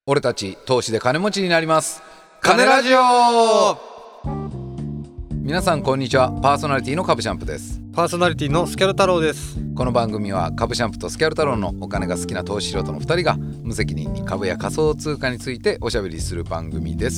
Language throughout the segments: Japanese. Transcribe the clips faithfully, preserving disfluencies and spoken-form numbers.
俺たち投資で金持ちになります。金ラジオ。皆さんこんにちは。パーソナリティのカブシャンプです。 パーソナリティのスキャル太郎です。 この番組はカブシャンプとスキャル太郎のお金が好きな投資素人のふたりが無責任に株や仮想通貨についておしゃべりする番組です。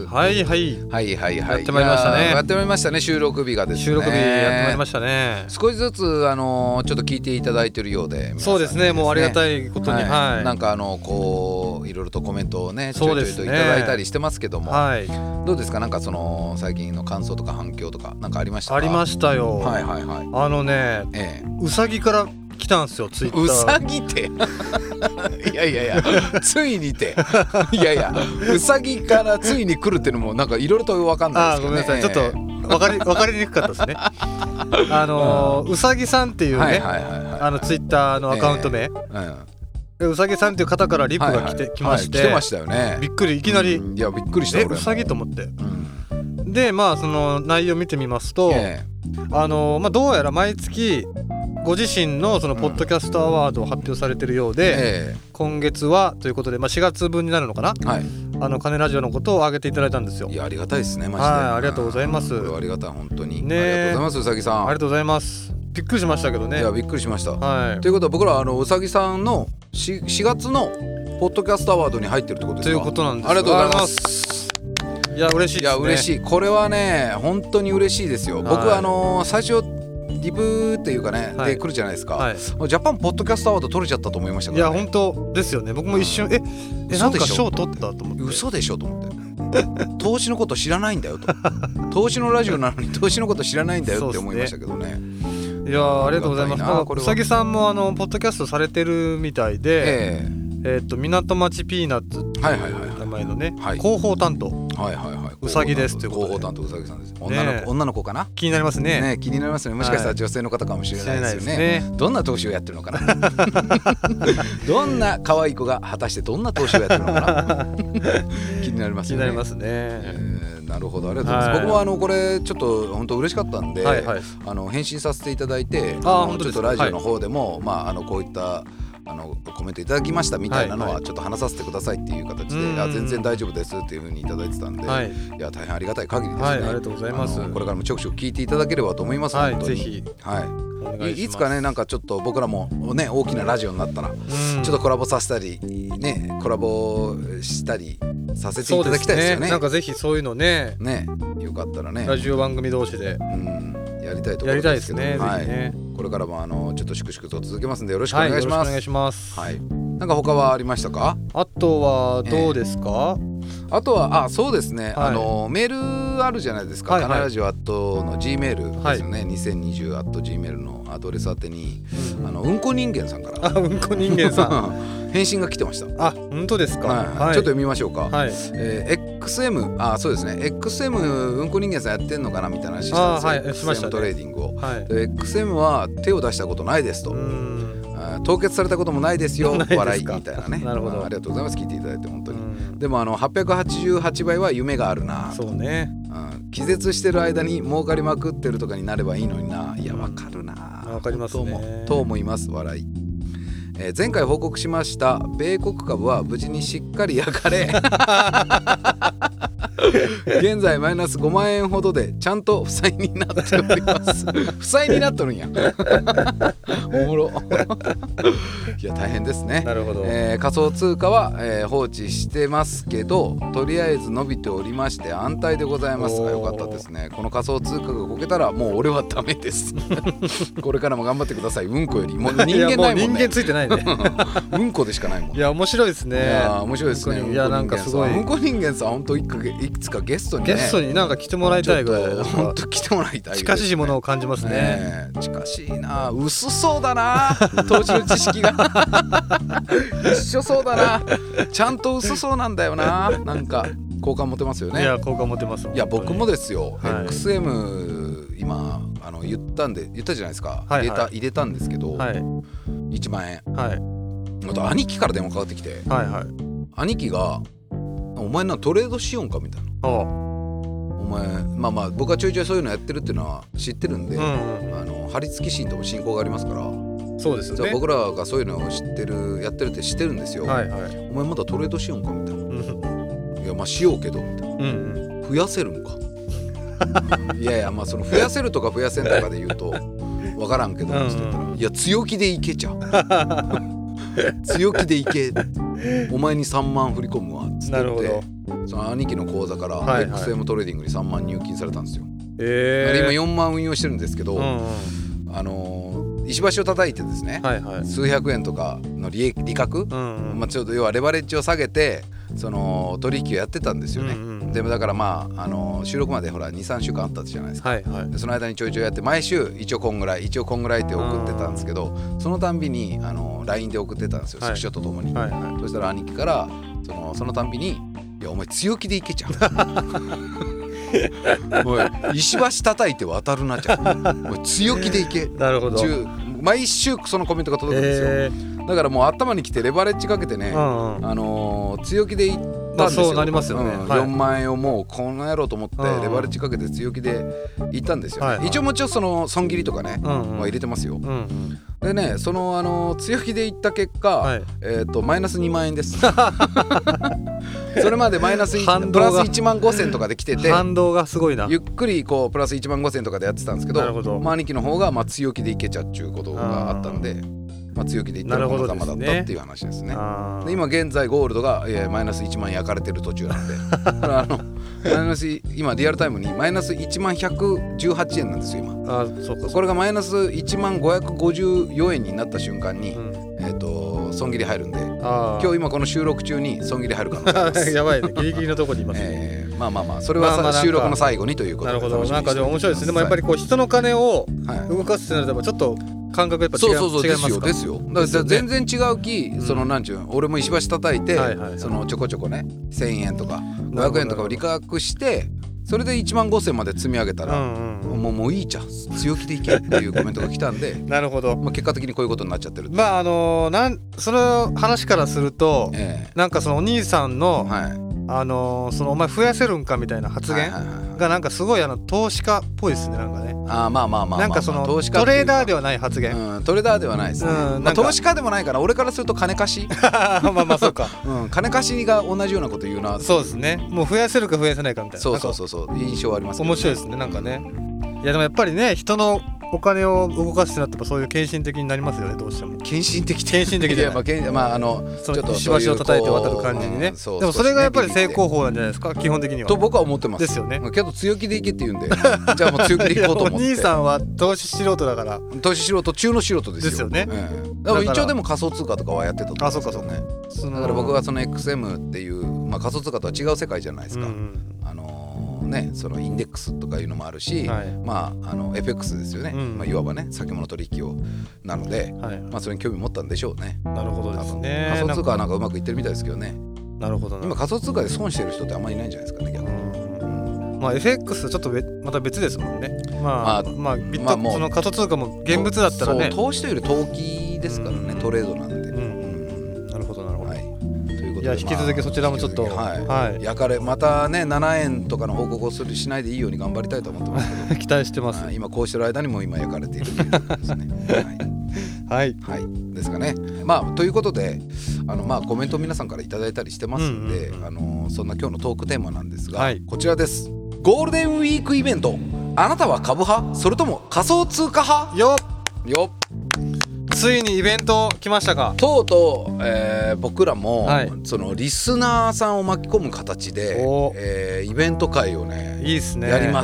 はいはいはいはいはい。 やってまいりましたね。 やってまいりましたね。収録日がですね。 収録日やってまいりましたね。 少しずつあのちょっと聞いていただいているようで、ね、 そうですね。もうありがたいことに、 はいはい、 なんかあのこういろいろとコメントをねちょいちょいといただいたりしてますけども、 はい、 どうですか。なんかその最近の感想とか反響とかなんかありましたか。 ありましたよ。 はいはいはい。 あのね、 ええ、 うさぎから来たんですよ、ツイッター。 うさぎっていやいやいやついにていやいやうさぎからついに来るっていうのもなんかいろいろと分かんないですけどね。 あ、ごめんなさい、ちょっと分かり分かりにくかったですねあのー、うさぎさんっていうね、 はいはいはいはい、 あのツイッターのアカウント名、えーうん、うさぎさんっていう方からリップが来て、はいはい、来まして、 はい、来てましたよね。びっくり、いきなり、 うん、いやびっくりした。 えうさぎと思って、うん、でまあその内容見てみますと、えー、あのー、まあどうやら毎月ご自身のそのポッドキャストアワードを発表されているようで、うん、えー、今月はということで、まあ、しがつぶんになるのかな、はい、あの金ラジオのことを挙げていただいたんですよ。 いやありがたいですねマジで。 はい、ありがとうございます。 これはありがたい本当に、 ね、 ありがとうございます。うさぎさんありがとうございます。びっくりしましたけどね。 いやびっくりしました、 はい、 ということは僕らあのうさぎさんの 4, しがつのポッドキャストアワードに入ってるってことですか。 ということなんです。 ありがとうございます。 いや嬉しいですね。 いや嬉しい。これはね本当に嬉しいですよ、はい、僕はあの最初リブっていうかね、はい、で来るじゃないですか、はい、ジャパンポッドキャストアワード取れちゃったと思いましたから、ね、 いや本当ですよね。僕も一瞬、うん、ええなんか賞取ったと思って、 嘘でしょと思って投資のこと知らないんだよと投資のラジオなのに投資のこと知らないんだよって思いましたけどね。 いやありがとうございます。うさぎさんもあのポッドキャストされてるみたいで、えーえー、と港町ピーナッツっていう名前のね、はい、広報担当、はいはいはい、うさぎですということで、 広報担当うさぎさんです。女の子、ね、女の子かな。 気になります ね, ね気になりますね。もしかしたら女性の方かもしれないですよ ね,、はい、ね。どんな投資をやってるのかなどんな可愛い子が果たしてどんな投資をやってるのかな気になりますよね。気になりますね、えー、なるほどありがとうございます、はい、僕もあのこれちょっと本当嬉しかったんで、はいはい、あの返信させていただいて、ああちょっとラジオの方でも、はい、まあ、あのこういったあのコメントいただきましたみたいなのはちょっと話させてくださいっていう形で、はいはい、全然大丈夫ですっていう風にいただいてたんで、はい、いや大変ありがたい限りですね、はい、ありがとうございます。 これからもちょくちょく聞いていただければと思います。 はい、 本当にぜひ、 はい、い, いつかねなんかちょっと僕らもね大きなラジオになったらちょっとコラボさせたりねコラボしたりさせていただきたいですよ ね, ねなんかぜひそういうのねねよかったらねラジオ番組同士で、うん、 やりたいところですけど、 やりたいですね、はい、ぜひね。 これからもあのちょっと粛々と続けますんでよろしくお願いします。はい、よろしくお願いします。 はい、なんか他はありましたか。 あとはどうですか、えー、あとはあそうですね、はい、あのメールあるじゃないですか、はいはい、カナラジオアットの G メールですよね、はい、にせんにじゅうアット G メールのアドレス宛てに、うん、あのうんこ人間さんからあうんこ人間さん返信が来てました。 あ本当ですか、 はいはい、ちょっと読みましょうか、はい、えー、エックスエム あそうですね エックスエム うんこ人間さんやってんのかなみたいな話したんですよ。 はい、しましたね、 エックスエム トレーディングを、はい、エックスエム は手を出したことないですと、凍結されたこともないですよ笑いみたいなね。 なるほど、 ありがとうございます。聞いていただいて本当に。でもあのはっぴゃくはちじゅうはちばいは夢があるな。 そうね、 うん、気絶してる間に儲かりまくってるとかになればいいのにな。いやわかるな。 わかりますね。 と思います笑い。えー、前回報告しました米国株は無事にしっかり焼かれ現在マイナスごまんえんほどでちゃんと負債になっております負債になっとるんやおもろいや大変ですね。 なるほど、 えー、仮想通貨は、えー、放置してますけどとりあえず伸びておりまして安泰でございますがよかったですね。この仮想通貨がこけたらもう俺はダメですこれからも頑張ってください。うんこよりもう人間ないもんね。 人間ついてないねうんこでしかないもん。 いや面白いですね。 いや面白いですね。 いやなんかすごいうんこ人間さん本当いくつかゲストにねゲストになんか来てもらいたいぐらい本当来てもらいたい、ね、 近しいものを感じますね。 ね近しいな。薄そうだな投資の知識が一緒そうだな。ちゃんと薄そうなんだよな。なんか好感持てますよね。 いや好感持てます。 いや僕もですよ、はい、エックスエム 今あの言ったんで言ったじゃないですか、はいはい、入れた入れたんですけど、はい、いちまんえん、はい、また兄貴から電話かかってきて、はいはい、兄貴がお前なトレードしよんかみたいな。ああお前まあまあ僕はちょいちょいそういうのやってるっていうのは知ってるんで、うんうん、あの張り付きシーンとも親交がありますからそうですよね。 僕らがそういうのを知ってるやってるって知ってるんですよ、はいはい、お前まだトレードしようかみたいな、うん、いやまあしようけどみたいな、うんうん、増やせるんかいやいやまあその増やせるとか増やせんとかで言うと分からんけど、うんうん、いや強気でいけちゃう強気でいけお前にさんまん振り込むわっつってなるほどその兄貴の口座から エックスエム トレーディングにさんまん入金されたんですよ、えー、今よんまん運用してるんですけど、うんうん、あのー、石橋を叩いてですね、はいはい、数百円とかの 利, 利確、うんうん、まあ、ちょっと要はレバレッジを下げてその取引をやってたんですよね、うんうん、でもだからまあ、あのー、収録までほら にさんしゅうかんあったじゃないですか、はいはい、でその間にちょいちょいやって毎週一応こんぐらい一応こんぐらいって送ってたんですけど、そのたんびに、あのー、ライン で送ってたんですよ、はい、スクショとともに、はいはい、そしたら兄貴からその、そのたんびにいやお前強気でいけちゃうおい石橋叩いて渡るなちゃうおい強気でいけなるほど毎週そのコメントが届くんですよ、えー、だからもう頭にきてレバレッジかけてね、うんうん、あのー、強気でいったんですよ、 そうなりますよね、 うん、はい、よんまんえんをもうこの野郎と思ってレバレッジかけて強気でいったんですよ、ね、はいはい、一応もちろんその損切りとかね、うんうん、まあ、入れてますよ、うんうん、でねその、あのー、強気でいった結果、はい、えー、とマイナスにまんえんですそれまでマイナスプラスいちまんごせんとかで来てて反動がすごいな、 ゆっくりこうプラスいちまんごせんとかでやってたんですけど、なるほど、まあ、兄貴の方がまあ強気でいけちゃうっていうことがあったんで、まあ、強気でいったらこのざまだったっていう話ですね。で今現在ゴールドが、えー、マイナスいちまん焼かれてる途中なんであのマイナス今リアルタイムにマイナスいちまんひゃくじゅうはちえんなんですよ今。あ、そうか。これがマイナスいちまんごひゃくごじゅうよえんになった瞬間に、うん、えーと損切り入るんで、今日今この収録中に損切り入る可能性ですやばいね、ギリギリのところにいますね、 えー、まあまあまあそれは、まあまあ、収録の最後にということで。 なるほど、なんかでも面白いですね。でもやっぱりこう人の金を動かすってなるとちょっと感覚やっぱ違う、そうそうそう違いますか。 ですよですよ。だから全然違う気、うん、そのなんちゅう俺も石橋叩いて、はいはいはい、そのちょこちょこねせんえんとかごひゃくえんとかを利確してそれでいちまんごせんまで積み上げたら、うんうんうん、もうもういいじゃん強気でいけっていうコメントが来たんでなるほど、 まあ、結果的にこういうことになっちゃってる。 まああのー、なんその話からすると、ええ、なんかそのお兄さんの、はい、あのー、そのお前増やせるんかみたいな発言がなんかすごいあの投資家っぽいですね。なんかね、 あまあまあまあまあ、 なんかその投資家トレーダーではない発言、 うん、トレーダーではないですね、うん、まあ、投資家でもないから俺からすると金貸しまあまあそうか、 うん、金貸しが同じようなこと言うな。 そうですね、もう増やせるか増やせないかみたいな、 そうそうそうそう印象ありますけど、ね、 面白いですねなんかね。いやでもやっぱりね人のお金を動かすってなったらそういう献身的になりますよね、どうしても。 献身的献身的で、 まあ、まああのちょっと石橋を叩いて渡る感じにね。でもそれがやっぱり正攻法なんじゃないですか基本的には。 と僕は思ってます。 ですよね。 けど強気でいけって言うんでじゃあもう強気でいこうと思って。 お兄さんは投資素人だから。 投資素人中の素人ですよ。 ですよね。 うん、でも一応でも仮想通貨とかはやってたと思うんですよね。あ、そうかそうか。だから僕はその エックスエム っていう、まあ、仮想通貨とは違う世界じゃないですか。うん、あのね、そのインデックスとかいうのもあるし、はい、まあ、あの エフエックス ですよね、うん、まあ、いわばね先物取引をなので、はい、まあ、それに興味持ったんでしょうね。 なるほどですね。 仮想通貨はなんかうまくいってるみたいですけどね。 なるほど。 今仮想通貨で損してる人ってあんまりいないんじゃないですかね逆に。 うん、まあ エフエックス ちょっとまた別ですもんね。まあ、まあ、まあ、ビット、まあ、その仮想通貨も現物だったらね、 投資というより投機ですからね、うん、トレードなんで、うんうん、なるほどなるほど、はい、いや引き続きそちらもちょっと、 はいはい、焼かれまたねななえんとかの報告をするしないでいいように頑張りたいと思ってますけど期待してます、 はい、今こうしてる間にも今焼かれているということですねはい、はいはい、ですかね。まあということであの、まあ、コメントを皆さんからいただいたりしてますんで、うんうんうん、あのそんな今日のトークテーマなんですが、はい、こちらです。ゴールデンウィークイベント、あなたは株派それとも仮想通貨派？ よっよっついにイベント来ましたか。 とうとう、えー、僕らも、はい、そのリスナーさんを巻き込む形で、えー、イベント会をね、 いいっすね、 やります。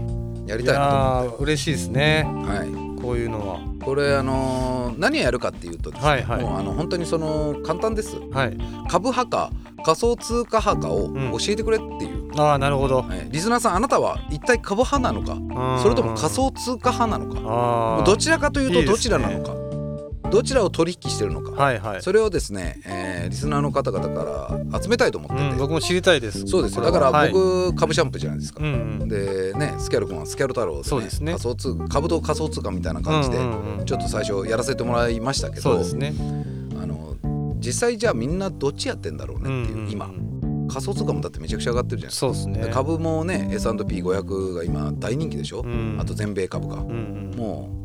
やりたいなと思って。 いや嬉しいですね、 はい、 こういうのは。 これあのー、何をやるかっていうとですね、はいはい、もうあの本当にその簡単です、はい、株派か仮想通貨派かを教えてくれっていう、 うん、ああなるほど、 はい、リスナーさんあなたは一体株派なのかそれとも仮想通貨派なのか、どちらかというとどちらなのか、いいどちらを取引してるのか、はいはい、それをですね、えー、リスナーの方々から集めたいと思ってて、 うん、僕も知りたいです。 そうですよ。だから僕、はい、株シャンプーじゃないですか、うんうん、でねスキャル君はスキャル太郎で、ね、 そうですね、 仮想通貨株と仮想通貨みたいな感じで、うんうんうん、ちょっと最初やらせてもらいましたけど、 そうですね、 あの実際じゃあみんなどっちやってんだろうねっていう、うんうん、今仮想通貨もだってめちゃくちゃ上がってるじゃないですか。 そうですね。 株もね エスアンドピーごひゃく が今大人気でしょ、うん、あと全米株価、うんうん、もう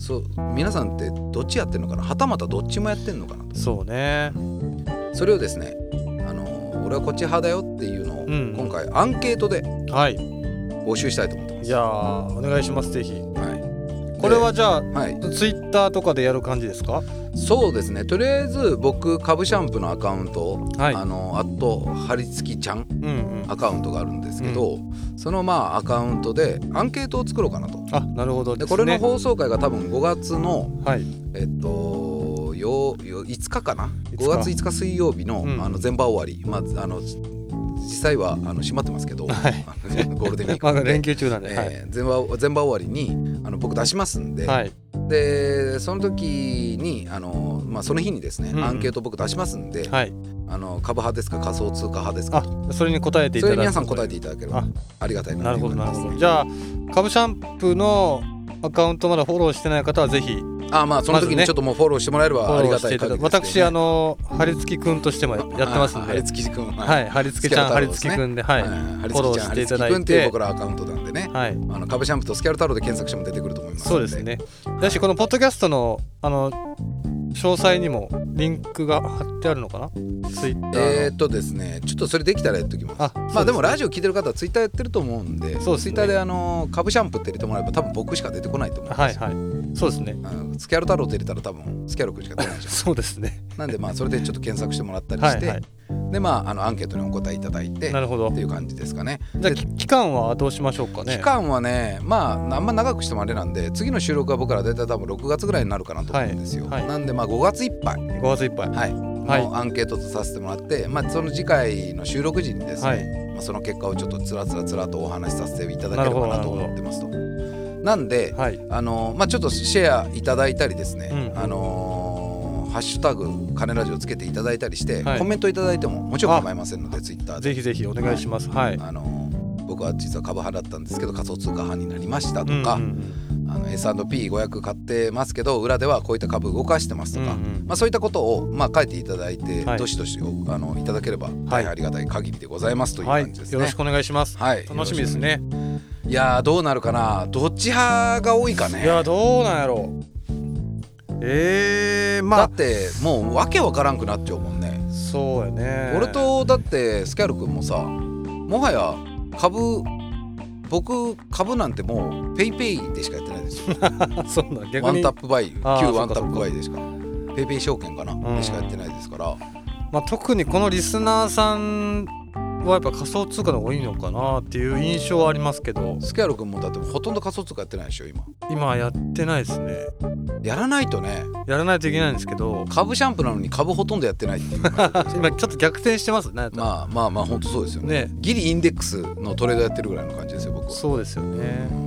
そう皆さんってどっちやってるのかな、はたまたどっちもやってるのかなと。 そうね。 それをですね、あの俺はこっち派だよっていうのを、うん、今回アンケートで募集したいと思ってます。 いやーお願いします、ぜひ。はい、これはじゃあ、はい、ツイッターとかでやる感じですか？ そうですね、とりあえず僕株シャンプーのアカウント、はい、あのあとはりつきちゃん、うんうん、アカウントがあるんですけど、うん、そのまあアカウントでアンケートを作ろうかなと。 あ、なるほどですね。 でこれの放送回が多分ごがつの、はい、えっとよよいつかかな、ごがついつか水曜日の、うん、あの前場終わり、まああの実際はあの閉まってますけど、はい、ゴールデンウィークまあ連休中なんで、 えー、前場前場終わりにあの僕出しますんで、はい、でその時にあの、まあ、その日にですね、うん、アンケート僕出しますんで、はい、あの株派ですか仮想通貨派ですかと、 それに答えていただける、 それに皆さん答えていただければありがたいなと思います。 なるほどなるほど。じゃあ株シャンプーのアカウントまだフォローしてない方はぜひ、 あまあその時にちょっともうフォローしてもらえればありがたい限りです、ね、 私あのはりつきくんとしてもやってますんで、 はりつきくん、 はい、はりつきちゃん、はりつきくんで、はい、フォローしていただいて、はりつきくんっていう僕らアカウントなんでね、はい、あの株シャンプーとスキャル太郎で検索しても出てくると思いますので。 そうですね。だしこのポッドキャストのあの詳細にもリンクが貼ってあるのかな、ツイッターの。 えーっとですね、ちょっとそれできたらやっときます。あ、まあでもラジオ聞いてる方はツイッターやってると思うんで、そうですね、ツイッターであの株シャンプーって入れてもらえば多分僕しか出てこないと思うんですよ。はいはい、そうですね。スキャル太郎って入れたら多分スキャル君しか出ないじゃん。 そうですね。 なんでまあそれでちょっと検索してもらったりして、はいはい、でまああのアンケートにお答えいただいて、なるほどっていう感じですかね。 じゃあ期間はどうしましょうかね。 期間はね、まああんま長くしてもあれなんで、次の収録は僕ら大体多分ろくがつぐらいになるかなと思うんですよ。はいはい、なんでまあごがついっぱい。 ごがついっぱい。 はい。はい、のアンケートとさせてもらって、まあその次回の収録時にですね、はい、まあその結果をちょっとつらつらつらとお話しさせていただければなと思ってますと。なんで、はい、あのまあちょっとシェアいただいたりですね、うん、あのー、ハッシュタグカネラジオつけていただいたりして、はい、コメントいただいてももちろん構いませんので、ツイッターでぜひぜひお願いします。はい。 あのー、僕は実は株派だったんですけど仮想通貨派になりましたとか。うんうんうん、あの エスアンドピーごひゃく 買ってますけど裏ではこういった株動かしてますとか、うんうん、まあ、そういったことをまあ書いていただいて、はい、どしどしあのいただければ大変ありがたい限りでございますという感じですね。 はい、よろしくお願いします。はい、楽しみですね。 いやーどうなるかな、どっち派が多いかね。 いやどうなんやろう。えー、まあだってもうわけわからんくなっちゃうもんね。 そうやね。 俺とだってスキャル君もさ、もはや株僕株なんてもうペイペイでしかやってないですよ。 そうなん、逆にワンタップバイ、旧ワンタップバイでしか、ペイペイ証券かな、うん、でしかやってないですから、 まあ、特にこのリスナーさんはやっぱ仮想通貨の方が多いのかなっていう印象はありますけど、 スキャル君もだってほとんど仮想通貨やってないでしょ今。 今はやってないですね。 やらないとね、 やらないといけないんですけど、 株シャンプーなのに株ほとんどやってないっていう今ちょっと逆転してますね。 まあまあまあ本当そうですよ ね, ねギリインデックスのトレードやってるぐらいの感じですよ僕は。 そうですよね、うん、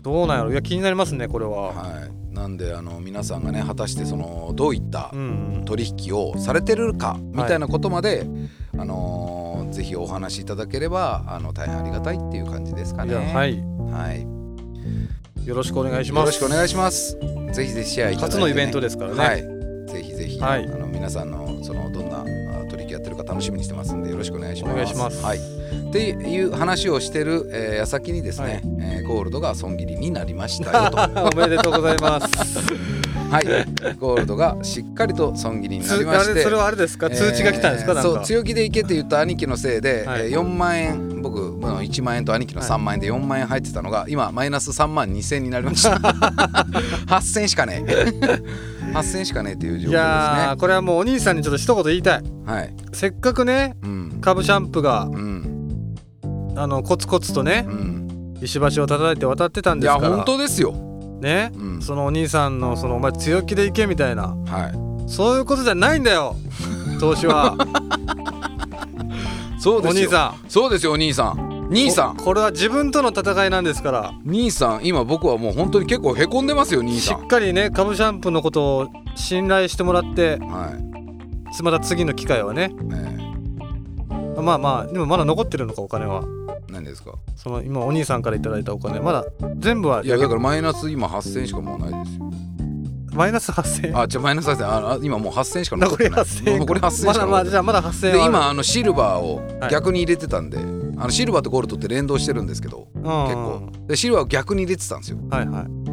どうなんやろ。いや気になりますねこれは。 はい、なんであの皆さんがね果たしてそのどういった取引をされてるかみたいなことまで、はい、あのー、ぜひお話しいただければあの大変ありがたいっていう感じですかね。 はい、はい、よろしくお願いします。 よろしくお願いします。ぜひぜひシェアいただいて、ね、 初のイベントですからね。 はい、ぜひぜひ、はい、あの皆さんのそのどんな取引やってるか楽しみにしてますんでよろしくお願いします。 お願いします。 はい。っていう話をしてる、えー、矢先にですね、はい、えー、ゴールドが損切りになりましたよと。 おめでとうございます。 はい、ゴールドがしっかりと損切りになりまして、 それはあれですか、通知が来たんですか。なんかそう、強気でいけって言った兄貴のせいで、はい、よんまんえん、僕のいちまんえんと兄貴のさんまんえんでよんまんえん入ってたのが今マイナスさんまんにせんになりました。はっせんしかねえはっせんしかねえっていう状況ですね。いやこれはもうお兄さんにちょっと一言言いたい、はい、せっかくね、うん、株シャンプーが、うん、あのコツコツとね、うん、石橋を叩いて渡ってたんですから。 いや本当ですよね、うん、そのお兄さんのそのお前強気でいけみたいな、はい、そういうことじゃないんだよ投資は。 そうですよお兄さん。そうですよお兄さん。兄さんこ, これは自分との戦いなんですから。 兄さん今僕はもう本当に結構へこんでますよ兄さん。 しっかりね株シャンプーのことを信頼してもらって、はい、また次の機会はね、ねまあまあでもまだ残ってるのかお金は。 何ですかその今お兄さんからいただいたお金まだ全部は。 いやだからマイナス今はっせんしかもうないですよ。 マイナスはっせん。 あじゃあマイナスはっせん。あ今もうはっせんしか残ってない。 残りはっせん。 残りはっせんしかまだまだじゃあまだはっせんで今あのシルバーを逆に入れてたんで、はい、あのシルバーとゴールドって連動してるんですけど、結構でシルバーを逆に入れてたんですよ。はいはい。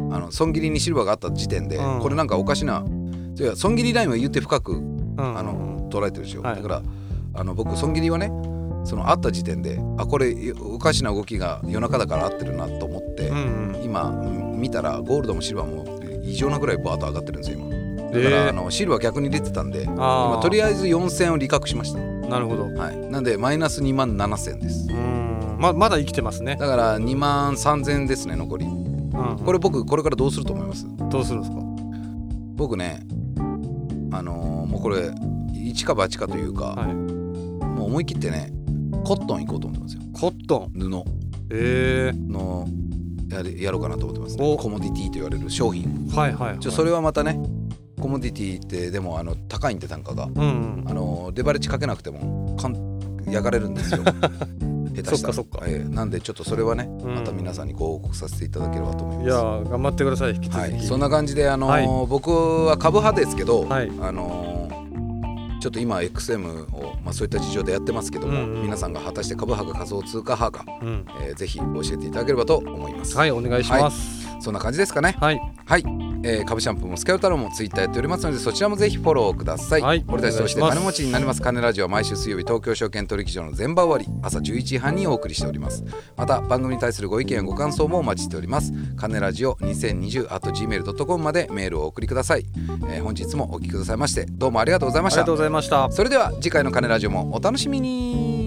あの損切りにシルバーがあった時点で、うん、これなんかおかしな損切りラインは言って深く、うん、あの捉えてるでしょ、はい、だからあの僕損切りはねそのあった時点であこれおかしな動きが夜中だから合ってるなと思って、うんうん、今見たらゴールドもシルバーも異常なぐらいバーッと上がってるんですよ今だから、えー、あのシルバー逆に出てたんで今とりあえずよんせんを利確しました。 なるほど、 はい、なんでマイナスにまんななせんです。 うーん ま, まだ生きてますね。 だからにまんさんぜんですね残り、うんうん、これ僕これからどうすると思います？ どうするんですか？ 僕ねあのー、もうこれ一か八かというか、はい、もう思い切ってねコットン行こうと思ってますよ。 コットン布、 えー、の や, やろうかなと思ってます、ね、コモディティと言われる商品、 はいはいはい、 ちょそれはまたねコモディティってでもあの高いんで単価が、うんうん、あのレバレッジかけなくてもかん焼かれるんですよ下手したら。そっかそっか、えー、なんでちょっとそれはね、うん、また皆さんにご報告させていただければと思います。 いや頑張ってください引き続き、 はい、そんな感じで、あのーはい、僕は株派ですけど、はい、あのーちょっと今 エックスエム を、まあ、そういった事情でやってますけども、うんうん、皆さんが果たして株派か仮想通貨派か、うんえー、ぜひ教えていただければと思います。 はいお願いします、 はい、そんな感じですかね。 はい、 はいえー、株シャンプーもスキャル太郎もツイッターやっておりますのでそちらもぜひフォローください、はい、俺たちとして金持ちになります金ラジオは毎週水曜日東京証券取引所の全場終わり朝じゅういちじはんにお送りしております。また番組に対するご意見やご感想もお待ちしております。金ラジオ にせんにじゅう アット ジーメール ドット コム までメールをお送りください、えー、本日もお聞きくださいましてどうもありがとうございました。 ありがとうございました。 それでは次回の金ラジオもお楽しみに。